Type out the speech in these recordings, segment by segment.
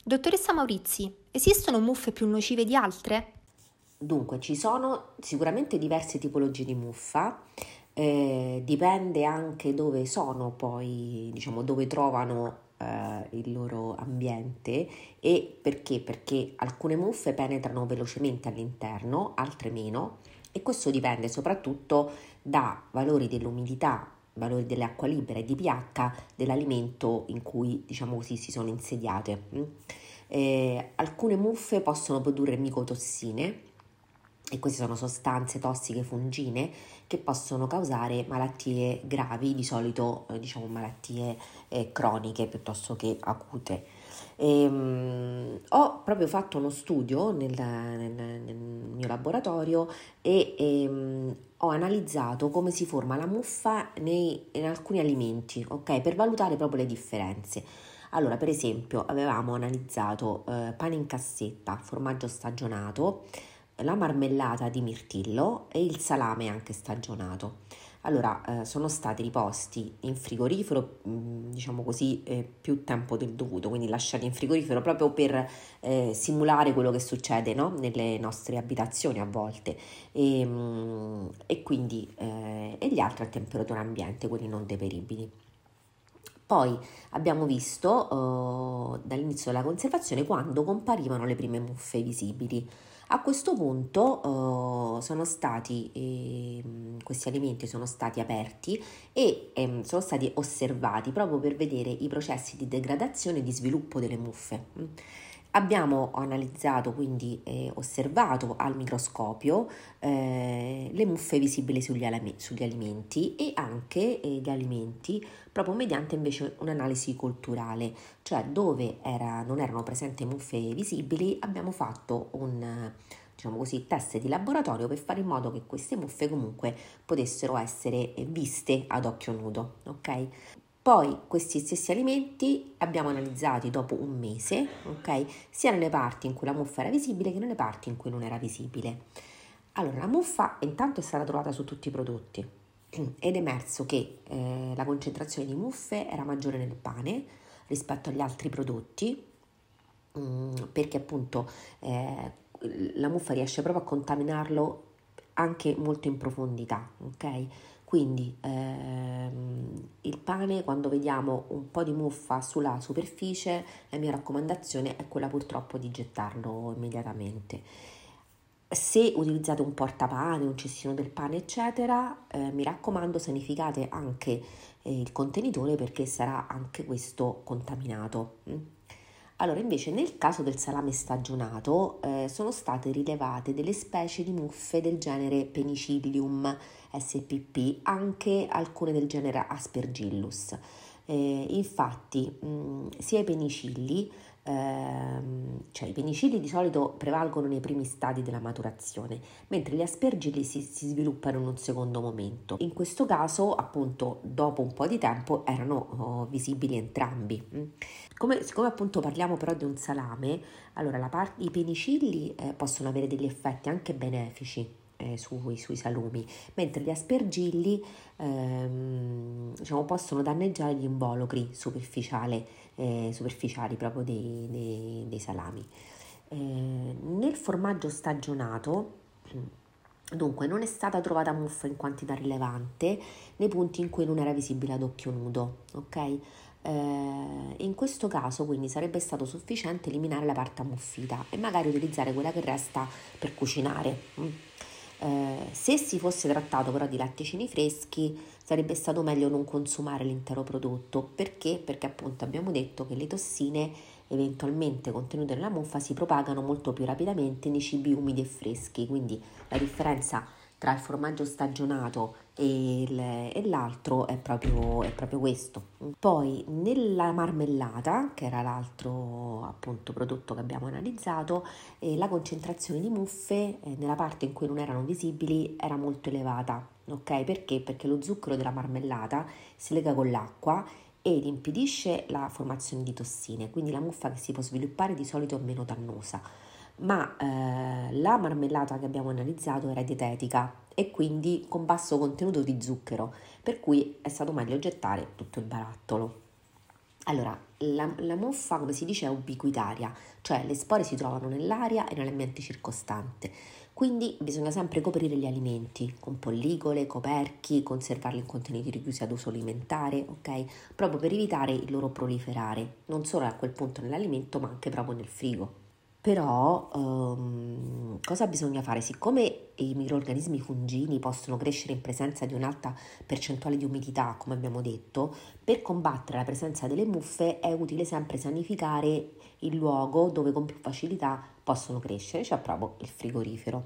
Dottoressa Maurizi, esistono muffe più nocive di altre? Dunque, ci sono sicuramente diverse tipologie di muffa, dipende anche dove sono poi, diciamo, dove trovano il loro ambiente e perché? Perché alcune muffe penetrano velocemente all'interno, altre meno, e questo dipende soprattutto da valori dell'umidità, valori dell'acqua libera e di pH dell'alimento in cui, diciamo così, si sono insediate. Alcune muffe possono produrre micotossine e queste sono sostanze tossiche fungine che possono causare malattie gravi, di solito diciamo malattie croniche piuttosto che acute. Ho proprio fatto uno studio nel mio laboratorio e ho analizzato come si forma la muffa in alcuni alimenti, ok? Per valutare proprio le differenze. Allora, per esempio, avevamo analizzato pane in cassetta, formaggio stagionato, la marmellata di mirtillo e il salame anche stagionato. Allora, sono stati riposti in frigorifero, diciamo così, più tempo del dovuto, quindi lasciati in frigorifero proprio per simulare quello che succede, no? Nelle nostre abitazioni a volte e quindi e gli altri a temperatura ambiente, quelli non deperibili. Poi abbiamo visto dall'inizio della conservazione quando comparivano le prime muffe visibili. A questo punto questi alimenti sono stati aperti e sono stati osservati proprio per vedere i processi di degradazione e di sviluppo delle muffe. Abbiamo analizzato, quindi osservato al microscopio le muffe visibili sugli alimenti e anche gli alimenti proprio mediante invece un'analisi culturale, cioè dove non erano presenti muffe visibili abbiamo fatto un diciamo così, test di laboratorio per fare in modo che queste muffe comunque potessero essere viste ad occhio nudo, ok? Poi questi stessi alimenti abbiamo analizzati dopo un mese, ok? Sia nelle parti in cui la muffa era visibile che nelle parti in cui non era visibile. Allora, la muffa intanto è stata trovata su tutti i prodotti ed è emerso che la concentrazione di muffe era maggiore nel pane rispetto agli altri prodotti, perché appunto la muffa riesce proprio a contaminarlo anche molto in profondità, ok? Quindi il pane, quando vediamo un po' di muffa sulla superficie, la mia raccomandazione è quella purtroppo di gettarlo immediatamente. Se utilizzate un portapane, un cestino del pane, eccetera, mi raccomando, sanificate anche il contenitore perché sarà anche questo contaminato. Allora, invece, nel caso del salame stagionato, sono state rilevate delle specie di muffe del genere Penicillium spp, anche alcune del genere Aspergillus. Infatti, sia i penicilli, cioè i penicilli di solito prevalgono nei primi stadi della maturazione, mentre gli aspergilli si sviluppano in un secondo momento. In questo caso, appunto, dopo un po' di tempo erano visibili entrambi. Siccome appunto parliamo però di un salame, allora i penicilli possono avere degli effetti anche benefici sui salumi, mentre gli aspergilli diciamo, possono danneggiare gli involucri superficiali proprio dei salami. Nel formaggio stagionato, dunque, non è stata trovata muffa in quantità rilevante nei punti in cui non era visibile ad occhio nudo, ok? In questo caso quindi sarebbe stato sufficiente eliminare la parte ammuffita e magari utilizzare quella che resta per cucinare. Se si fosse trattato però di latticini freschi sarebbe stato meglio non consumare l'intero prodotto. Perché? Perché appunto abbiamo detto che le tossine eventualmente contenute nella muffa si propagano molto più rapidamente nei cibi umidi e freschi, quindi la differenza tra il formaggio stagionato e l'altro è proprio questo. Poi nella marmellata, che era l'altro appunto prodotto che abbiamo analizzato, la concentrazione di muffe nella parte in cui non erano visibili era molto elevata. Ok? Perché? Perché lo zucchero della marmellata si lega con l'acqua ed impedisce la formazione di tossine, quindi la muffa che si può sviluppare di solito è meno dannosa. Ma la marmellata che abbiamo analizzato era dietetica e quindi con basso contenuto di zucchero, per cui è stato meglio gettare tutto il barattolo. Allora, la muffa, come si dice, è ubiquitaria, cioè le spore si trovano nell'aria e nell'ambiente circostante, quindi bisogna sempre coprire gli alimenti con pollicole, coperchi, conservarli in contenitori chiusi ad uso alimentare, ok? Proprio per evitare il loro proliferare, non solo a quel punto nell'alimento, ma anche proprio nel frigo. Però cosa bisogna fare? Siccome i microrganismi fungini possono crescere in presenza di un'alta percentuale di umidità, come abbiamo detto, per combattere la presenza delle muffe è utile sempre sanificare il luogo dove con più facilità possono crescere, cioè proprio il frigorifero.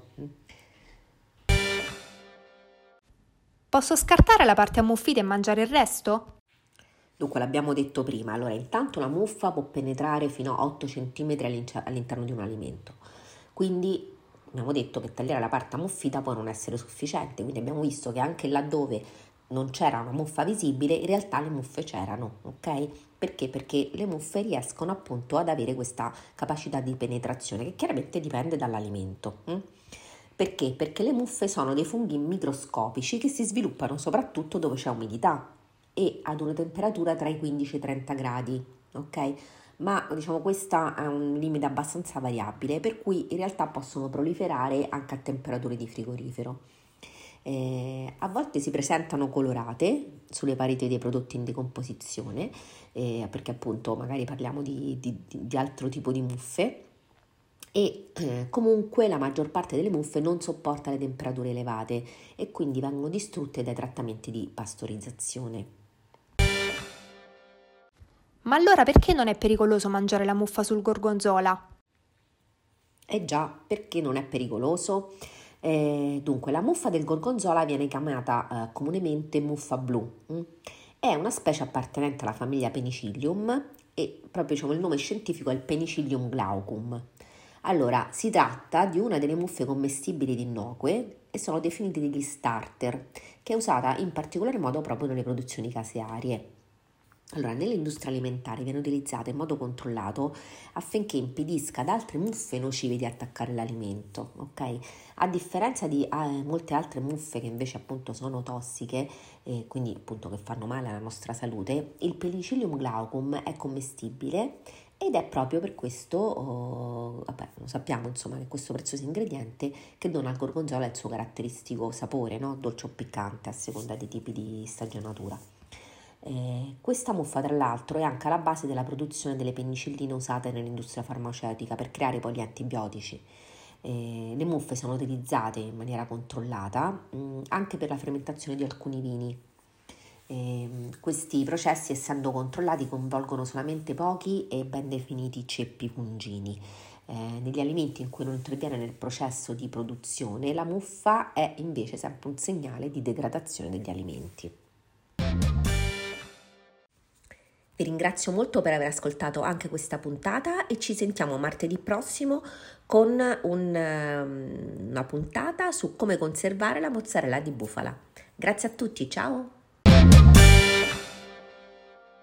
Posso scartare la parte ammuffita e mangiare il resto? Dunque, l'abbiamo detto prima, allora intanto la muffa può penetrare fino a 8 cm all'interno di un alimento, quindi abbiamo detto che tagliare la parte ammuffita può non essere sufficiente, quindi abbiamo visto che anche laddove non c'era una muffa visibile, in realtà le muffe c'erano, ok? Perché? Perché le muffe riescono appunto ad avere questa capacità di penetrazione che chiaramente dipende dall'alimento. Perché? Perché le muffe sono dei funghi microscopici che si sviluppano soprattutto dove c'è umidità e ad una temperatura tra i 15 e i 30 gradi, ok? Ma diciamo questo è un limite abbastanza variabile, per cui in realtà possono proliferare anche a temperature di frigorifero. A volte si presentano colorate sulle pareti dei prodotti in decomposizione, perché appunto magari parliamo di altro tipo di muffe e comunque la maggior parte delle muffe non sopporta le temperature elevate e quindi vengono distrutte dai trattamenti di pastorizzazione. Ma allora perché non è pericoloso mangiare la muffa sul gorgonzola? Già, perché non è pericoloso? Dunque, la muffa del gorgonzola viene chiamata comunemente muffa blu. È una specie appartenente alla famiglia Penicillium e proprio diciamo, il nome scientifico è il Penicillium glaucum. Allora, si tratta di una delle muffe commestibili ed innocue e sono definite degli starter, che è usata in particolar modo proprio nelle produzioni casearie. Allora, nell'industria alimentare viene utilizzata in modo controllato affinché impedisca ad altre muffe nocive di attaccare l'alimento, ok? A differenza di molte altre muffe che invece appunto sono tossiche e quindi appunto che fanno male alla nostra salute, il Penicillium glaucum è commestibile ed è proprio per questo, lo sappiamo insomma che questo prezioso ingrediente che dona al gorgonzola il suo caratteristico sapore, no? Dolce o piccante a seconda dei tipi di stagionatura. Questa muffa, tra l'altro, è anche alla base della produzione delle penicilline usate nell'industria farmaceutica per creare poi gli antibiotici. Le muffe sono utilizzate in maniera controllata anche per la fermentazione di alcuni vini. Questi processi, essendo controllati, coinvolgono solamente pochi e ben definiti ceppi fungini. Negli alimenti in cui non interviene nel processo di produzione, la muffa è invece sempre un segnale di degradazione degli alimenti. Vi ringrazio molto per aver ascoltato anche questa puntata e ci sentiamo martedì prossimo con una puntata su come conservare la mozzarella di bufala. Grazie a tutti, ciao!